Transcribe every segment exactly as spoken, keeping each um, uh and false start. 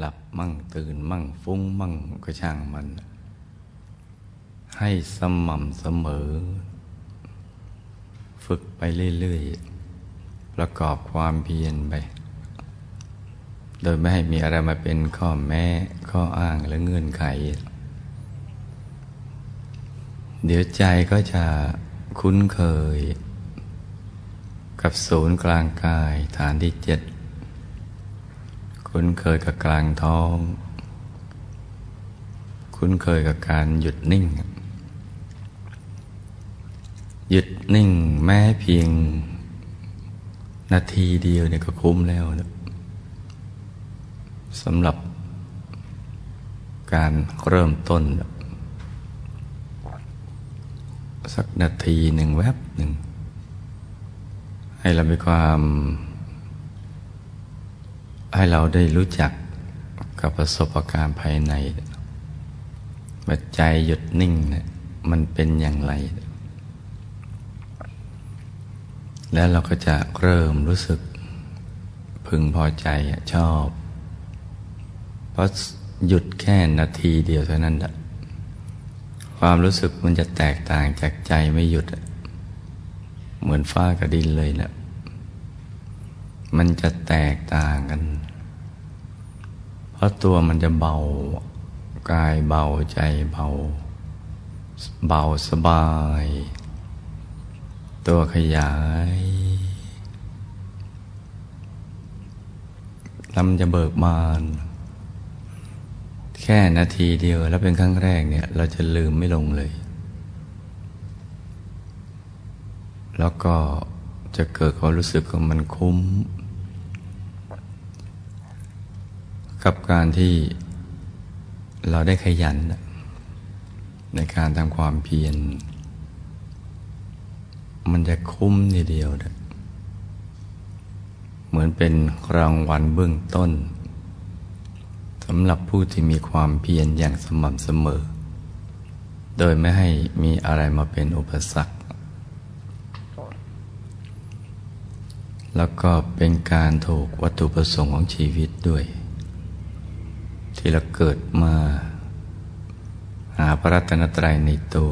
ลับมั่งตื่นมั่งฟุ้งมั่งก็ช่างมันให้สม่ำเสมอฝึกไปเรื่อยๆประกอบความเพียรไปโดยไม่ให้มีอะไรมาเป็นข้อแม้ข้ออ้างและเงื่อนไขเดี๋ยวใจก็จะคุ้นเคยกับศูนย์กลางกายฐานที่เจ็ดคุ้นเคยกับกลางท้องคุ้นเคยกับการหยุดนิ่งหยุดนิ่งแม้เพียงนาทีเดียวเนี่ยก็คุ้มแล้วนะสำหรับการเริ่มต้นสักนาทีหนึ่งแวบหนึ่งให้เรามีความให้เราได้รู้จักกับประสบการณ์ภายในว่าใจหยุดนิ่งเนี่ยมันเป็นอย่างไรแล้วเราก็จะเริ่มรู้สึกพึงพอใจชอบเพราะหยุดแค่นาทีเดียวเท่านั้นแหละความรู้สึกมันจะแตกต่างจากใจไม่หยุดเหมือนฟ้ากับดินเลยนะมันจะแตกต่างกันเพราะตัวมันจะเบากายเบาใจเบาเบาสบายตัวขยายแล้วมันจะเบิกบานแค่นาทีเดียวแล้วเป็นครั้งแรกเนี่ยเราจะลืมไม่ลงเลยแล้วก็จะเกิดความรู้สึกของมันคุ้มกับการที่เราได้ขยันในการทำความเพียรมันจะคุ้มทีเดียวนะเหมือนเป็นรางวัลเบื้องต้นสำหรับผู้ที่มีความเพียรอย่างสม่ำเสมอโดยไม่ให้มีอะไรมาเป็นอุปสรรคแล้วก็เป็นการถูกวัตถุประสงค์ของชีวิตด้วยที่เราเกิดมาหาพระรัตนตรัยในตัว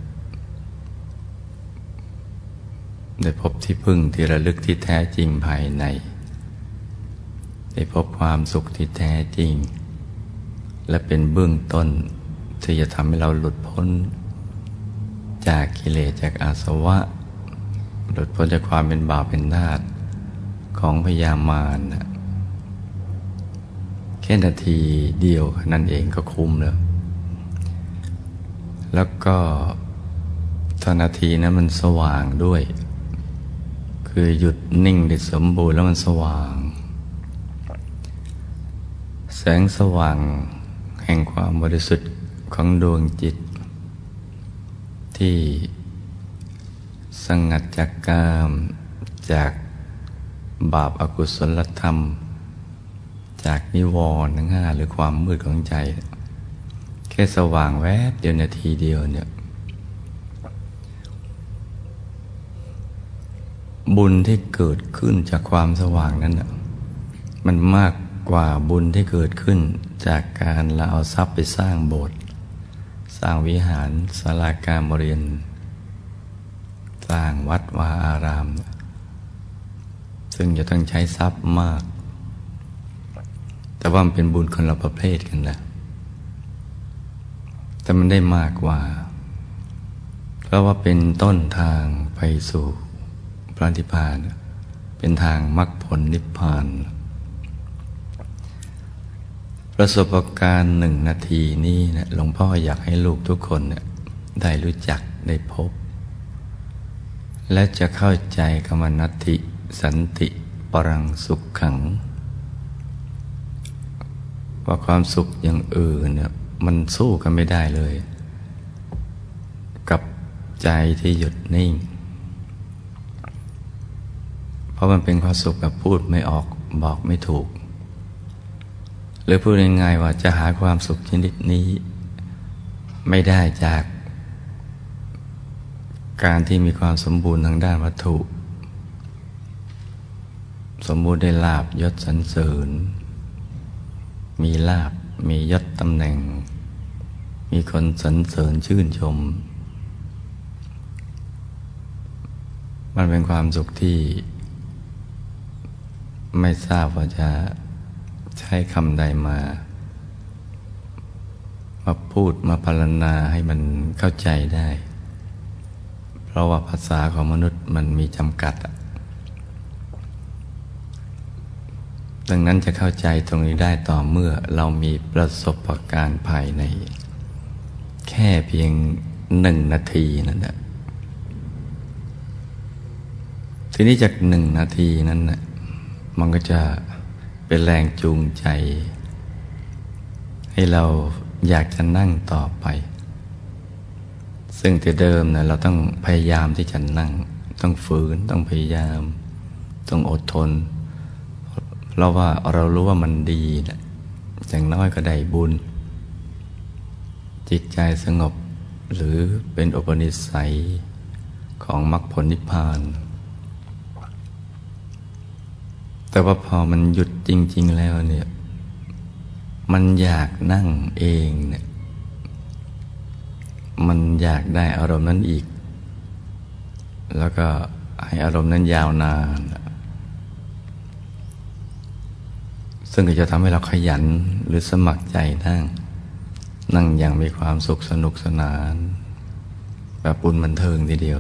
ได้พบที่พึ่งที่ระลึกที่แท้จริงภายในได้พบความสุขที่แท้จริงและเป็นเบื้องต้นที่จะทำให้เราหลุดพ้นจากกิเลสจากอาสวะหลุดพ้นจากความเป็นบาปเป็นทาสของพยามารแค่นาทีเดียวนั่นเองก็คุ้มแล้วแล้วก็ตอนนาทีนั้นมันสว่างด้วยคือหยุดนิ่งได้สมบูรณ์แล้วมันสว่างแสงสว่างแห่งความบริสุทธิ์ของดวงจิตที่สงัดจากกามจากบาปอกุศลธรรมจากนิวรณ์ทั้งห้าหรือความมืดของใจแค่สว่างแวบเดียวนาทีเดียวเนี่ยบุญที่เกิดขึ้นจากความสว่างนั้นมันมากกว่าบุญที่เกิดขึ้นจากการเราเอาทรัพย์ไปสร้างโบสถ์สร้างวิหารศาลาการประเรียนสร้างวัดวาอารามซึ่งจะต้องใช้ทรัพย์มากแต่ว่ามันเป็นบุญคนละประเภทกันนะแต่มันได้มากกว่าเพราะว่าเป็นต้นทางไปสู่พระนิพพานเป็นทางมรรคผลนิพพานประสบการณ์หนึ่งนาทีนี้นะหลวงพ่ออยากให้ลูกทุกคนเนี่ยได้รู้จักได้พบและจะเข้าใจคำว่านัตติสันติปรังสุขขังว่าความสุขอย่างอื่นเนี่ยมันสู้กันไม่ได้เลยกับใจที่หยุดนิ่งเพราะมันเป็นความสุขแบบพูดไม่ออกบอกไม่ถูกหรือพูดง่ายๆว่าจะหาความสุขชนิดนี้ไม่ได้จากการที่มีความสมบูรณ์ทางด้านวัตถุสมบูรณ์ได้ลาภยศสรรเสริญมีลาภมียศตำแหน่งมีคนสรรเสริญชื่นชมมันเป็นความสุขที่ไม่ทราบว่าจะใช้คำใดมามาพูดมาพรรณนาให้มันเข้าใจได้เพราะว่าภาษาของมนุษย์มันมีจำกัดดังนั้นจะเข้าใจตรงนี้ได้ต่อเมื่อเรามีประสบการณ์ภายในแค่เพียงหนึ่งนาทีนั่นแหละทีนี้จากหนึ่งนาทีนั้นน่ะมันก็จะเป็นแรงจูงใจให้เราอยากจะนั่งต่อไปซึ่งแต่เดิมนะเราต้องพยายามที่จะนั่งต้องฝืนต้องพยายามต้องอดทนเพราะว่าเรารู้ว่ามันดีนะอย่างน้อยก็ได้บุญจิตใจสงบหรือเป็นอุปนิสัยของมรรคผลนิพพานแต่ว่าพอมันหยุดจริงๆแล้วเนี่ยมันอยากนั่งเองเนี่ยมันอยากได้อารมณ์นั้นอีกแล้วก็ให้อารมณ์นั้นยาวนานซึ่งก็จะทำให้เราขยันหรือสมัครใจนั่งนั่งอย่างมีความสุขสนุกสนานแบบบุญบันเทิงทีเดียว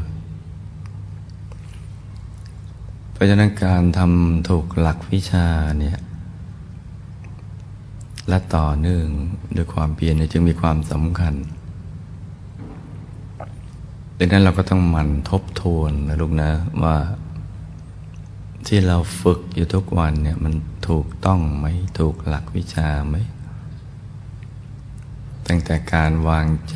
เพราะฉะนั้นการทำถูกหลักวิชาเนี่ยและต่อเนื่องด้วยความเพียรเนี่ยจึงมีความสำคัญดังนั้นเราก็ต้องหมั่นทบทวนนะลูกนะว่าที่เราฝึกอยู่ทุกวันเนี่ยมันถูกต้องไหมถูกหลักวิชาไหมตั้งแต่การวางใจ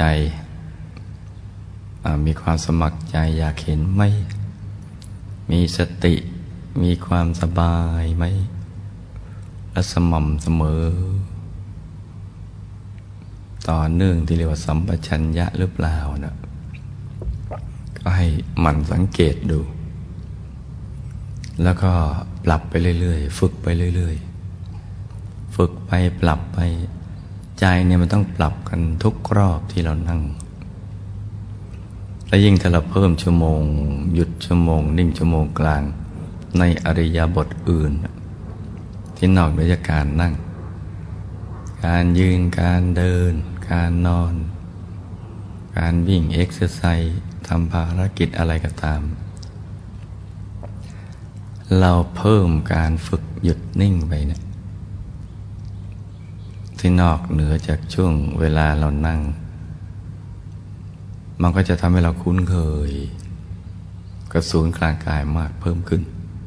มีความสมัครใจอยากเห็นไหมมีสติมีความสบายไหมและสม่ำเสมอต่อเนื่องที่เรียกว่าสัมปชัญญะหรือเปล่านะก็ให้หมั่นสังเกตดูแล้วก็ปรับไปเรื่อยๆฝึกไปเรื่อยๆฝึกไปปรับไปใจเนี่ยมันต้องปรับกันทุกรอบที่เรานั่งและยิ่งถ้าเราเพิ่มชั่วโมงหยุดชั่วโมงนิ่งชั่วโมงกลางในอริยบทอื่นที่นอกเหนือจากการนั่งการยืนการเดินการนอนการวิ่งเอ็กซ์ไซส์ทำภารกิจอะไรก็ตามเราเพิ่มการฝึกหยุดนิ่งไปเนี่ยที่นอกเหนือจากช่วงเวลาเรานั่งมันก็จะทำให้เราคุ้นเคยกับศูนย์กลางกายมากเพิ่มขึ้น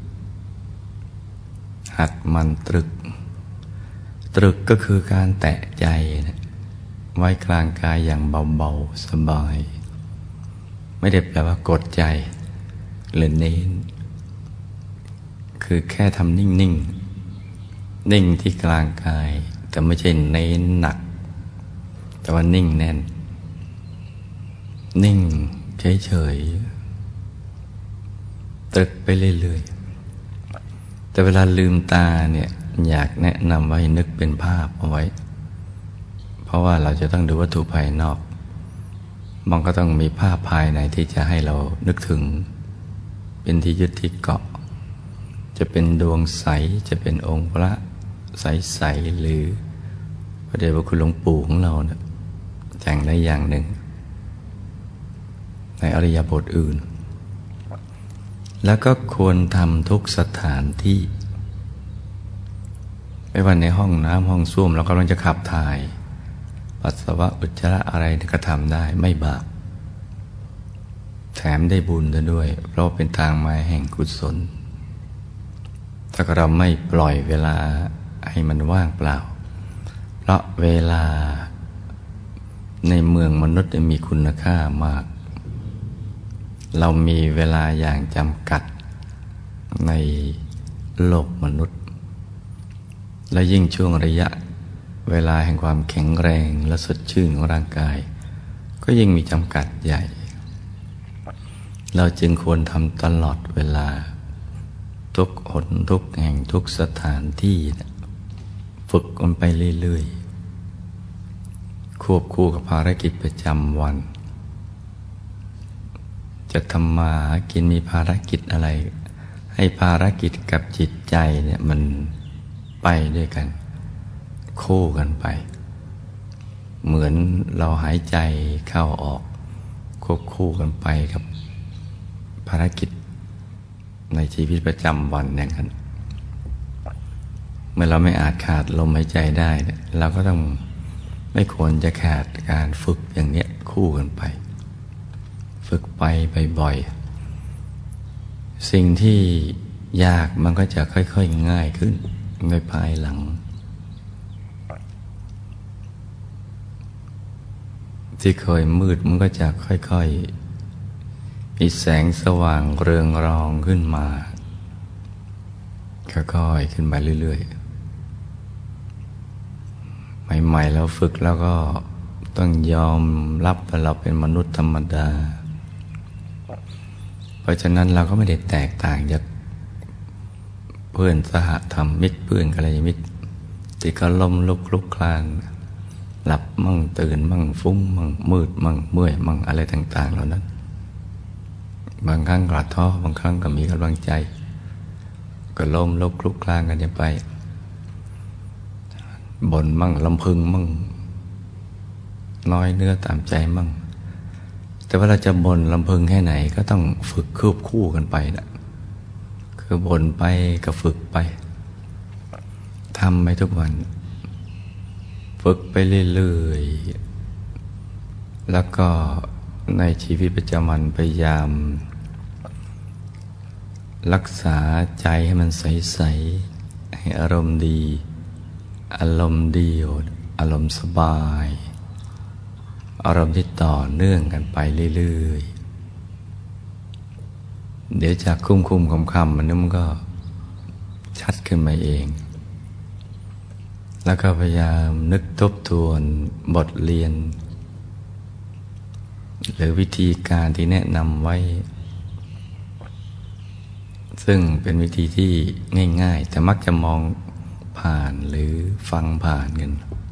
หัดมันตรึกตรึกก็คือการแตะใจนะไว้กลางกายอย่างเบาๆสบายไม่ได้แปลว่ากดใจหรือเน้นคือแค่ทำนิ่งๆ นิ่งนิ่งที่กลางกายแต่ไม่ใช่เน้นหนักแต่ว่านิ่งแน่นนิ่งเฉยๆตรึกไปเรื่อยๆแต่เวลาลืมตาเนี่ยอยากแนะนำว่าให้นึกเป็นภาพเอาไว้เพราะว่าเราจะต้องดูวัตถุภายนอกมันก็ต้องมีภาพภายในที่จะให้เรานึกถึงเป็นที่ยึดที่เกาะจะเป็นดวงใสจะเป็นองค์พระใสๆหรือพระเดชพระคุณหลวงปู่ของเราเนี่ยอย่างใดอย่างหนึ่งในอริยบทอื่นแล้วก็ควรทำทุกสถานที่ไม่ว่าในห้องน้ำห้องส้วมเรากำลังจะขับถ่ายปัสสาวะอุจจาระอะไรก็ทำได้ไม่บาปแถมได้บุญด้วยเพราะเป็นทางมาแห่งกุศลถ้าเราไม่ปล่อยเวลาให้มันว่างเปล่าเพราะเวลาในเมืองมนุษย์มีคุณค่ามากเรามีเวลาอย่างจำกัดในโลกมนุษย์และยิ่งช่วงระยะเวลาแห่งความแข็งแรงและสดชื่นของร่างกายก็ยิ่งมีจำกัดใหญ่เราจึงควรทำตลอดเวลาทุกหนทุกแห่งทุกสถานที่ฝึกมันไปเรื่อยๆควบคู่กับภารกิจประจำวันจะทำมาหากินมีภารกิจอะไรให้ภารกิจกับจิตใจเนี่ยมันไปด้วยกันคู่กันไปเหมือนเราหายใจเข้าออกควบคู่กันไปกับภารกิจในชีวิตประจำวันอย่างนั้นเมื่อเราไม่อาจขาดลมหายใจได้เราก็ต้องไม่ควรจะขาดการฝึกอย่างนี้คู่กันไปฝึกไปบ่อยๆสิ่งที่ยากมันก็จะค่อยๆง่ายขึ้นในภายหลังที่เคยมืดมันก็จะค่อยๆมีแสงสว่างเรืองรองขึ้นมาค่อยๆขึ้นไปเรื่อยๆใหม่ๆแล้วฝึกแล้วก็ต้องยอมรับว่าเราเป็นมนุษย์ธรรมดาเพราะฉะนั้นเราก็ไม่ได้แตกต่างจากเพื่อนสหธรรมิกเพื่อนกัลยาณมิตรที่เขาล้มลุกคลุกคลานหลับมั่งตื่นมั่งฟุ้งมั่งมืดมั่งเมื่อยมั่งอะไรต่างๆเหล่านั้นบางครั้งกระท้อบางครั้งก็มีกำลังใจก็ล้มลุกคลุกคลานกันไปบ่นมั่งลำพึงมั่งน้อยเนื้อตามใจมั่งแต่ว่าเราจะบ่นลำพึงแค่ไหนก็ต้องฝึกควบคู่กันไปนะคือบ่นไปก็ฝึกไปทำไปทุกวันฝึกไปเรื่อยๆแล้วก็ในชีวิตประจำวันพยายามรักษาใจให้มันใสๆให้อารมณ์ดีอารมณ์ดีอารมณ์สบายอารมณ์ที่ต่อเนื่องกันไปเรื่อยๆเดี๋ยวจากคุ้มคุ้มคำคำมันนี่มันก็ชัดขึ้นมาเองแล้วก็พยายามนึกทบทวนบทเรียนหรือวิธีการที่แนะนำไว้ซึ่งเป็นวิธีที่ง่ายๆแต่มักจะมองผ่านหรือฟังผ่านกัน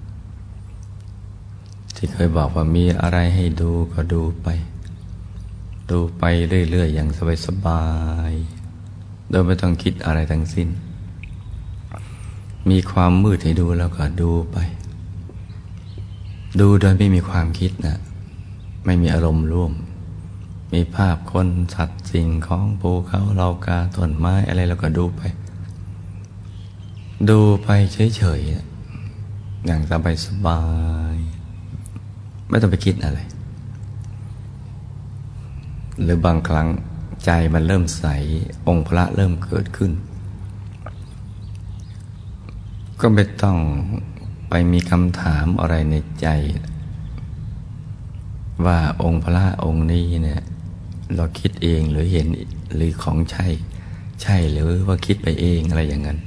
ที่เคยบอกว่ามีอะไรให้ดูก็ดูไปดูไปเรื่อยๆอย่างสบายๆโดยไม่ต้องคิดอะไรทั้งสิ้นมีความมืดให้ดูแล้วก็ดูไปดูโดยไม่มีความคิดนะไม่มีอารมณ์ร่วมมีภาพคนสัตว์สิ่งของภูเขาเหล่ากาต้นไม้อะไรแล้วก็ดูไปดูไปเฉยๆอย่างสบายๆไม่ต้องไปคิดอะไรหรือบางครั้งใจมันเริ่มใสองค์พระเริ่มเกิดขึ้นก็ไม่ต้องไปมีคำถามอะไรในใจว่าองค์พระองค์นี้เนี่ยเราคิดเองหรือเห็นหรือของใช่ใช่หรือว่าคิดไปเองอะไรอย่างนั้น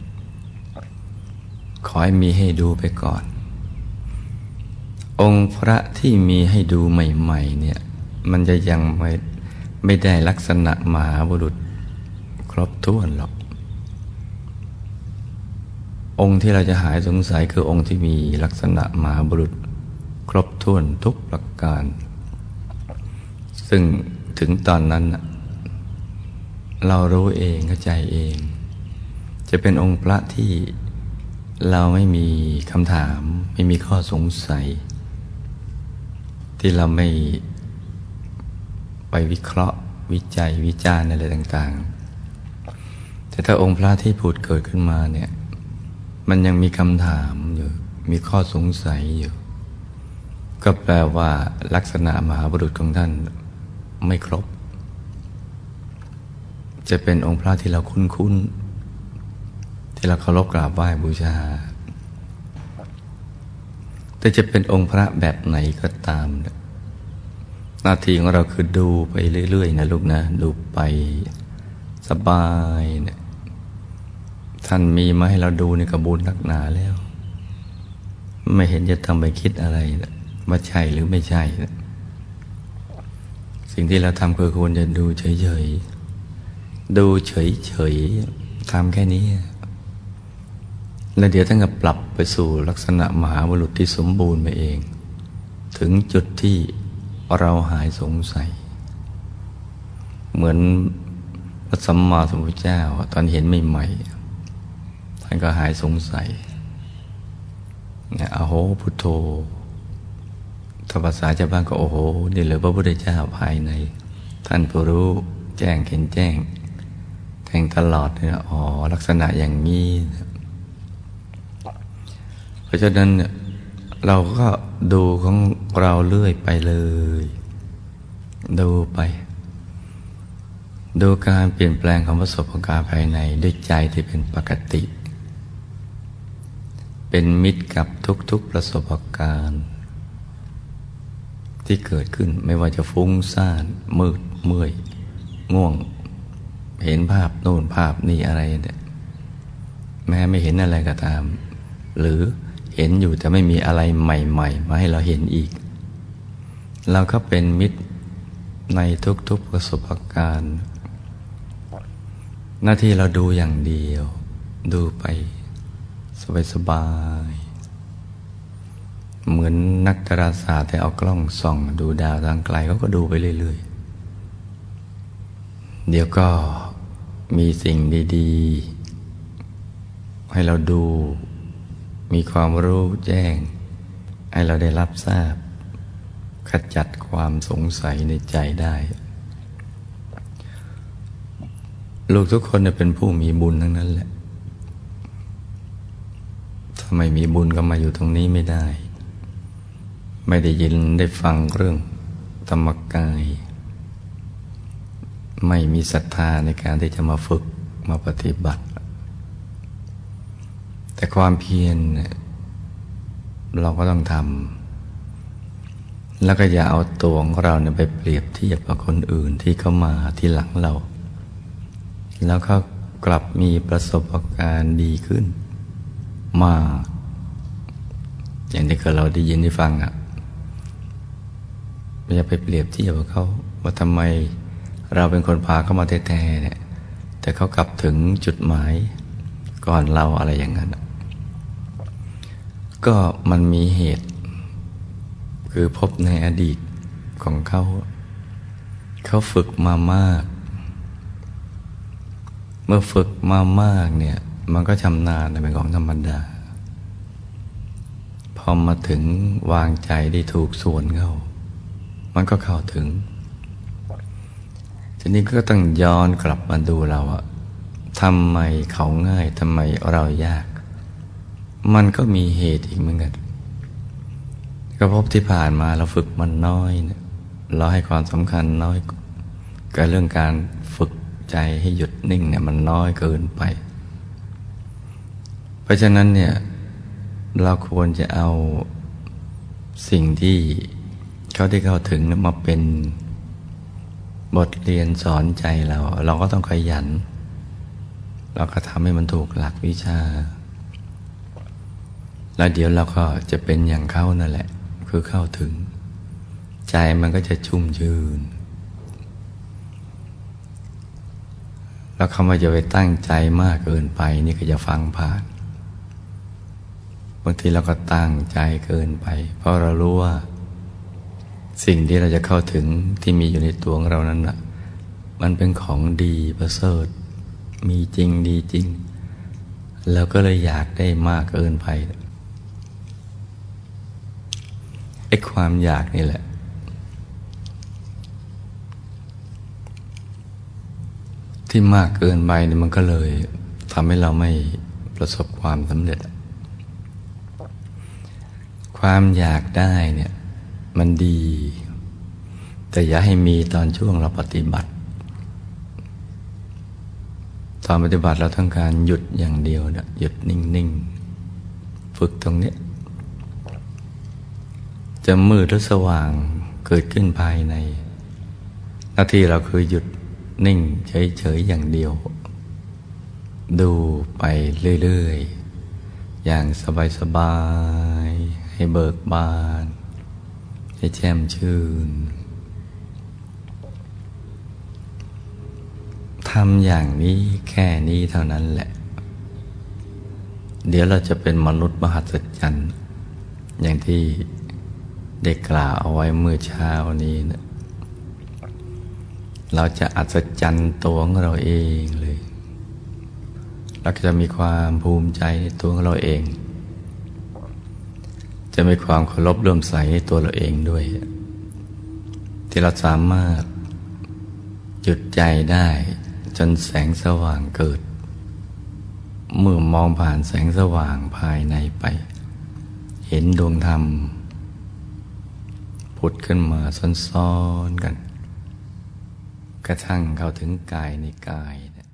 ขอให้มีให้ดูไปก่อนองค์พระที่มีให้ดูใหม่ๆเนี่ยมันจะยังไม่ไม่ได้ลักษณะมหาบุรุษครบถ้วนหรอกองค์ที่เราจะหายสงสัยคือองค์ที่มีลักษณะมหาบุรุษครบถ้วนทุกประการซึ่งถึงตอนนั้นเรารู้เองเข้าใจเองจะเป็นองค์พระที่เราไม่มีคำถามไม่มีข้อสงสัยที่เราไม่ไปวิเคราะห์วิจัยวิจารณ์อะไรต่างๆแต่ถ้าองค์พระที่ผุดเกิดขึ้นมาเนี่ยมันยังมีคำถามอยู่มีข้อสงสัยอยู่ก็แปลว่าลักษณะมหาบุรุษของท่านไม่ครบจะเป็นองค์พระที่เราคุ้นๆที่เราเคารพกราบไหว้บูชาแต่จะเป็นองค์พระแบบไหนก็ตามหน้าที่ของเราคือดูไปเรื่อยๆนะลูกนะดูไปสบายเนี่ยท่านมีมาให้เราดูในกระบุญนักหนาแล้วไม่เห็นจะต้องไปคิดอะไรว่าใช่หรือไม่ใช่สิ่งที่เราทำคือควรจะดูเฉยๆดูเฉยๆทำแค่นี้และเดี๋ยวท่านก็ปรับไปสู่ลักษณะมหาบุรุษที่สมบูรณ์ไปเองถึงจุดที่เราหายสงสัยเหมือนพระสัมมาสัมพุทธเจ้าตอนเห็นใหม่ๆท่านก็หายสงสัยเนี่ยอโหพุทโธถ้าภาษาชาวบ้านก็โอ้โหนี่เลยพระพุทธเจ้าภายในท่านผู้รู้แจ้งเห็นแจ้งแทงตลอดเนี่ยอ๋อลักษณะอย่างนี้เพราะฉะนั้นเราก็ดูของเราเรื่อยไปเลยดูไปดูการเปลี่ยนแปลงของประสบการณ์ภายในด้วยใจที่เป็นปกติเป็นมิตรกับทุกๆประสบการณ์ที่เกิดขึ้นไม่ว่าจะฟุ้งซ่านมืดเมื่อยง่วงเห็นภาพโน่นภาพนี่อะไรเนี่ยแม้ไม่เห็นอะไรก็ตามหรือเห็นอยู่แต่ไม่มีอะไรใหม่ๆมาให้เราเห็นอีกเราก็เป็นมิตรในทุกๆประสบการณ์หน้าที่เราดูอย่างเดียวดูไปสบายๆเหมือนนักดาราศาสตร์ที่เอากล้องส่องดูดาวทางไกลเขาก็ดูไปเรื่อยๆเดี๋ยวก็มีสิ่งดีๆให้เราดูมีความรู้แจ้งให้เราได้รับทราบขจัดความสงสัยในใจได้ลูกทุกคนเป็นผู้มีบุญทั้งนั้นแหละถ้าไม่มีบุญก็มาอยู่ตรงนี้ไม่ได้ไม่ได้ยินได้ฟังเรื่องธรรมกายไม่มีศรัทธาในการที่จะมาฝึกมาปฏิบัติแต่ความเพียรเราก็ต้องทำแล้วก็อย่าเอาตัวของเราเนี่ยไปเปรียบเทียบกับคนอื่นที่เขามาที่หลังเราแล้วเขากลับมีประสบการณ์ดีขึ้นมากอย่างที่เราได้ยินได้ฟังอ่ะอย่าไปเปรียบเทียบกับเขาว่าทำไมเราเป็นคนพาเขามาแท้ๆเนี่ยแต่เขากลับถึงจุดหมายก่อนเราอะไรอย่างนั้นก็มันมีเหตุคือพบในอดีตของเขาเขาฝึกมามากเมื่อฝึกมามากเนี่ยมันก็ชำนาญเป็นของธรรมดาพอมาถึงวางใจได้ถูกส่วนเข้ามันก็เข้าถึงทีนี้ก็ต้องย้อนกลับมาดูเราอะทำไมเขาง่ายทำไมเรายากมันก็มีเหตุอีกเหมือนกันก็พบที่ผ่านมาเราฝึกมันน้อยเนี่ยเราให้ความสำคัญน้อยกับเรื่องการฝึกใจให้หยุดนิ่งเนี่ยมันน้อยเกินไปเพราะฉะนั้นเนี่ยเราควรจะเอาสิ่งที่เขาได้เข้าถึงมาเป็นบทเรียนสอนใจเราเราก็ต้องขยันเราก็ทำให้มันถูกหลักวิชาแล้วเดี๋ยวเราก็จะเป็นอย่างเขานั่นแหละคือเข้าถึงใจมันก็จะชุ่มชื่นแล้วเขาไม่จะไปตั้งใจมากเกินไปนี่ก็จะฟังผ่านบางทีเราก็ตั้งใจเกินไปเพราะเรารู้ว่าสิ่งที่เราจะเข้าถึงที่มีอยู่ในตัวของเรานั้นน่ะมันเป็นของดีประเสริฐมีจริงดีจริงเราก็เลยอยากได้มากเกินไปไอ้ความอยากนี่แหละที่มากเกินไปนี่มันก็เลยทำให้เราไม่ประสบความสำเร็จความอยากได้เนี่ยมันดีแต่อย่าให้มีตอนช่วงเราปฏิบัติตอนปฏิบัติเราต้องการหยุดอย่างเดียวนะหยุดนิ่งๆฝึกตรงนี้จะมืดหรือสว่างเกิดขึ้นภายในหน้าที่เราคือหยุดนิ่งเฉยๆอย่างเดียวดูไปเรื่อยๆอย่างสบายๆให้เบิกบานให้แช่มชื่นทำอย่างนี้แค่นี้เท่านั้นแหละเดี๋ยวเราจะเป็นมนุษย์มหัศจรรย์อย่างที่ได้กล่าวเอาไว้เมื่อเช้านี้นะเราจะอัศจรรย์ตัวของเราเองเลยเราจะมีความภูมิใจในตัวของเราเองจะมีความเคารพเลื่อมใสในตัวเราเองด้วยที่เราสามารถหยุดใจได้จนแสงสว่างเกิดเมื่อมองผ่านแสงสว่างภายในไปเห็นดวงธรรมผุดขึ้นมาซ้อนๆกันกระทั่งเข้าถึงกายในกายเนี่ย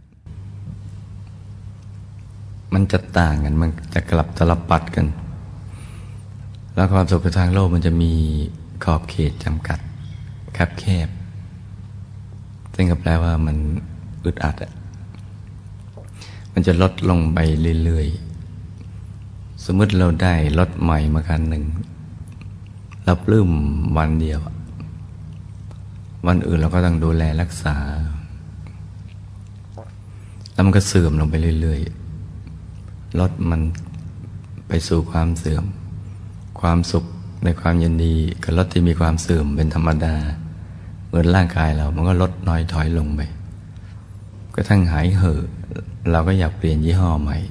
มันจะต่างกันมันจะกลับตลปัดกันแล้วความสุขทางโลกมันจะมีขอบเขตจำกัดคับแคบซึ่งก็แปลว่ามันอึดอัดอ่ะมันจะลดลงไปเรื่อยๆสมมติเราได้รถใหม่มาคันหนึ่งเราปลื้มวันเดียววันอื่นเราก็ต้องดูแลรักษาแล้วมันก็เสื่อมลงไปเรื่อยๆรถมันไปสู่ความเสื่อมความสุขในความยินดีกับรถที่มีความเสื่อมเป็นธรรมดาเหมือนร่างกายเรามันก็ลดน้อยถอยลงไปกระทั่งหายเห่อเราก็อยากเปลี่ยนยี่ห้อใหม่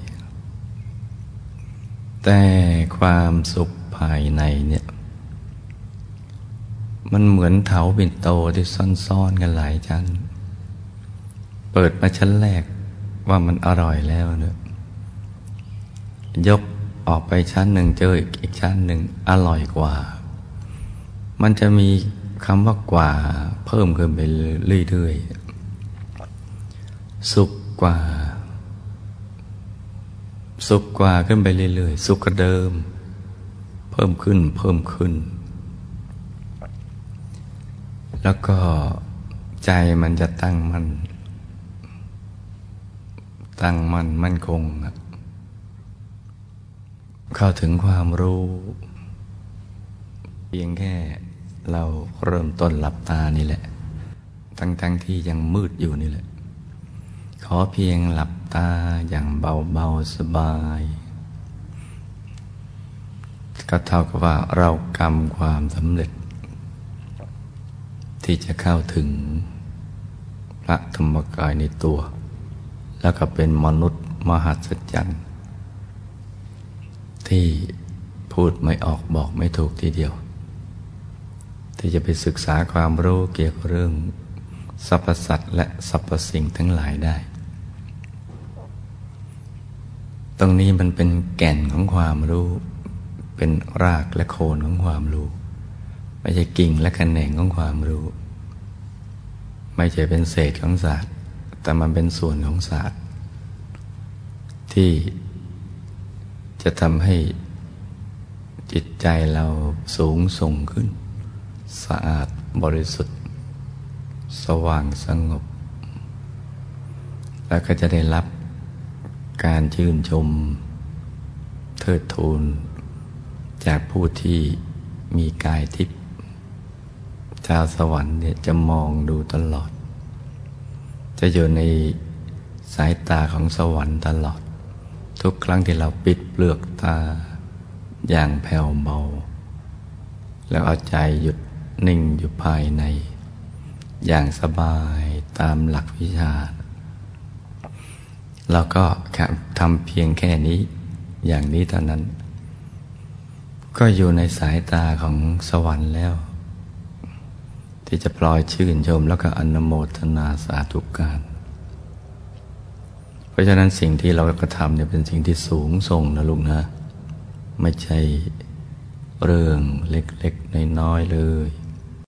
แต่ความสุขภายในเนี่ยมันเหมือนเถาปิ่นโตที่ซ่อนๆกันหลายชั้นเปิดมาชั้นแรกว่ามันอร่อยแล้วเนี่ยยกออกไปชั้นหนึ่งเจออีกชั้นหนึ่งอร่อยกว่ามันจะมีคำว่ากว่าเพิ่มขึ้นไปเรื่อยๆสุขกว่าสุขกว่าขึ้นไปเรื่อยๆสุขกว่าเดิมเพิ่มขึ้นเพิ่มขึ้นแล้วก็ใจมันจะตั้งมั่นตั้งมั่นมั่นคงเข้าถึงความรู้เพียงแค่เราเริ่มต้นหลับตานี่แหละทั้งๆที่ยังมืดอยู่นี่แหละขอเพียงหลับตาอย่างเบาๆสบายก็เท่ากับว่าเรากำความสำเร็จที่จะเข้าถึงพระธรรมกายในตัวแล้วก็เป็นมนุษย์มหัศจรรย์ที่พูดไม่ออกบอกไม่ถูกทีเดียวที่จะไปศึกษาความรู้เกี่ยวกับเรื่องสรรพสัตว์และสรรพสิ่งทั้งหลายได้ตรงนี้มันเป็นแก่นของความรู้เป็นรากและโคนของความรู้ไม่ใช่กิ่งและแขนงของความรู้ไม่ใช่เป็นเศษของศาสตร์แต่มันเป็นส่วนของศาสตร์ที่จะทำให้จิตใจเราสูงส่งขึ้นสะอาดบริสุทธิ์สว่างสงบแล้วก็จะได้รับการชื่นชมเทิดทูนจากผู้ที่มีกายทิพย์ชาวสวรรค์เนี่ยจะมองดูตลอดจะอยู่ในสายตาของสวรรค์ตลอดทุกครั้งที่เราปิดเปลือกตาอย่างแผ่วเบาแล้วเอาใจหยุดนิ่งอยู่ภายในอย่างสบายตามหลักวิชาเราก็ทำเพียงแค่นี้อย่างนี้เท่านั้นก็อยู่ในสายตาของสวรรค์แล้วที่จะปล่อยชื่นชมแล้วก็อนุโมทนาสาธุการเพราะฉะนั้นสิ่งที่เรากระทำเนี่ยเป็นสิ่งที่สูงส่งนะลูกนะไม่ใช่เรื่องเล็กๆน้อยๆเลย